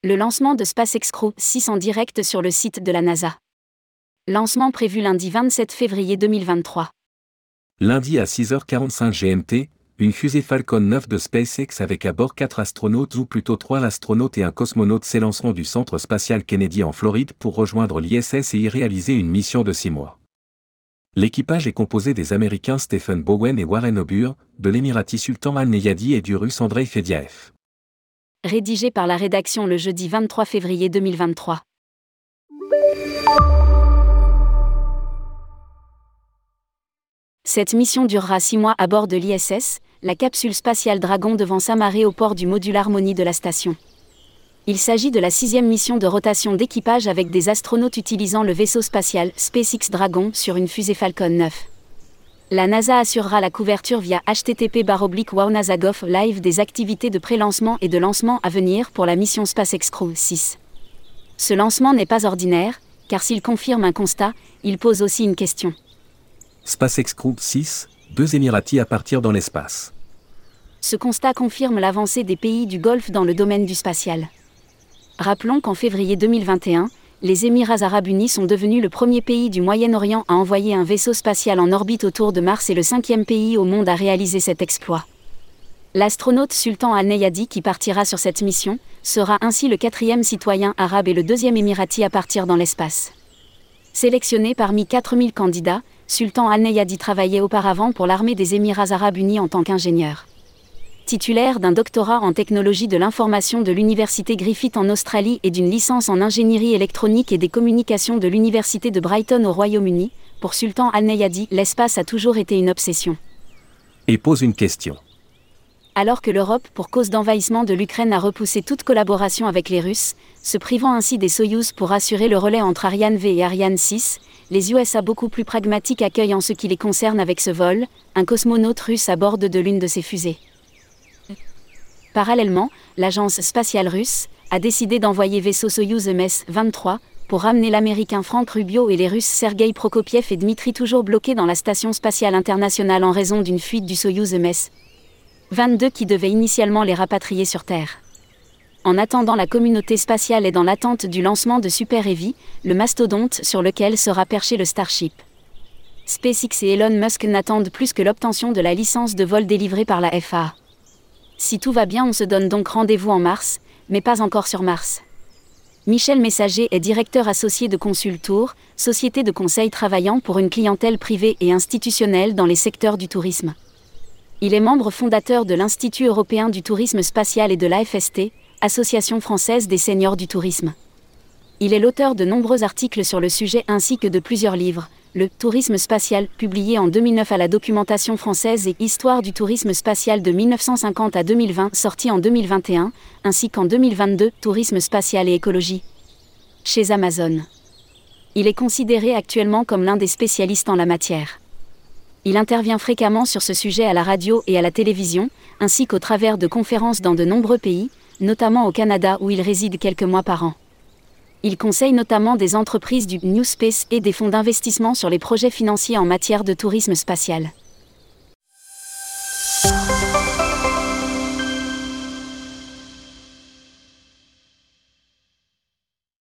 Le lancement de SpaceX Crew 6 en direct sur le site de la NASA. Lancement prévu lundi 27 février 2023. Lundi à 6h45 GMT, une fusée Falcon 9 de SpaceX avec à bord 4 astronautes ou plutôt 3 astronautes et un cosmonaute s'élanceront du centre spatial Kennedy en Floride pour rejoindre l'ISS et y réaliser une mission de 6 mois. L'équipage est composé des Américains Stephen Bowen et Warren Obur, de l'Émirati Sultan Al Neyadi et du Russe Andrei Fediaev. Rédigé par la rédaction le jeudi 23 février 2023. Cette mission durera 6 mois à bord de l'ISS, la capsule spatiale Dragon devant s'amarrer au port du module Harmony de la station. Il s'agit de la 6e mission de rotation d'équipage avec des astronautes utilisant le vaisseau spatial SpaceX Dragon sur une fusée Falcon 9. La NASA assurera la couverture via http://wow.nasa.gov live des activités de pré-lancement et de lancement à venir pour la mission SpaceX Crew 6. Ce lancement n'est pas ordinaire, car s'il confirme un constat, il pose aussi une question. SpaceX Crew 6, 2 Émiratis à partir dans l'espace. Ce constat confirme l'avancée des pays du Golfe dans le domaine du spatial. Rappelons qu'en février 2021, les Émirats arabes unis sont devenus le premier pays du Moyen-Orient à envoyer un vaisseau spatial en orbite autour de Mars et le 5e pays au monde à réaliser cet exploit. L'astronaute Sultan Al Neyadi qui partira sur cette mission, sera ainsi le 4e citoyen arabe et le 2e émirati à partir dans l'espace. Sélectionné parmi 4000 candidats, Sultan Al Neyadi travaillait auparavant pour l'armée des Émirats arabes unis en tant qu'ingénieur. Titulaire d'un doctorat en technologie de l'information de l'université Griffith en Australie et d'une licence en ingénierie électronique et des communications de l'université de Brighton au Royaume-Uni, pour Sultan Al Neyadi, l'espace a toujours été une obsession. Et pose une question. Alors que l'Europe, pour cause d'envahissement de l'Ukraine, a repoussé toute collaboration avec les Russes, se privant ainsi des Soyouz pour assurer le relais entre Ariane V et Ariane 6, les USA beaucoup plus pragmatiques accueillent en ce qui les concerne avec ce vol, un cosmonaute russe à bord de l'une de ces fusées. Parallèlement, l'agence spatiale russe a décidé d'envoyer vaisseau Soyouz MS-23 pour ramener l'américain Frank Rubio et les Russes Sergueï Prokopiev et Dmitri toujours bloqués dans la station spatiale internationale en raison d'une fuite du Soyouz MS-22 qui devait initialement les rapatrier sur Terre. En attendant, la communauté spatiale est dans l'attente du lancement de Super Heavy, le mastodonte sur lequel sera perché le Starship. SpaceX et Elon Musk n'attendent plus que l'obtention de la licence de vol délivrée par la FAA. Si tout va bien, on se donne donc rendez-vous en mars, mais pas encore sur Mars. Michel Messager est directeur associé de Consultour, société de conseil travaillant pour une clientèle privée et institutionnelle dans les secteurs du tourisme. Il est membre fondateur de l'Institut européen du tourisme spatial et de l'AFST, Association française des seniors du tourisme. Il est l'auteur de nombreux articles sur le sujet ainsi que de plusieurs livres, Le tourisme spatial, publié en 2009 à la Documentation française et Histoire du tourisme spatial de 1950 à 2020, sorti en 2021, ainsi qu'en 2022, Tourisme spatial et écologie, chez Amazon. Il est considéré actuellement comme l'un des spécialistes en la matière. Il intervient fréquemment sur ce sujet à la radio et à la télévision, ainsi qu'au travers de conférences dans de nombreux pays, notamment au Canada où il réside quelques mois par an. Il conseille notamment des entreprises du New Space et des fonds d'investissement sur les projets financiers en matière de tourisme spatial.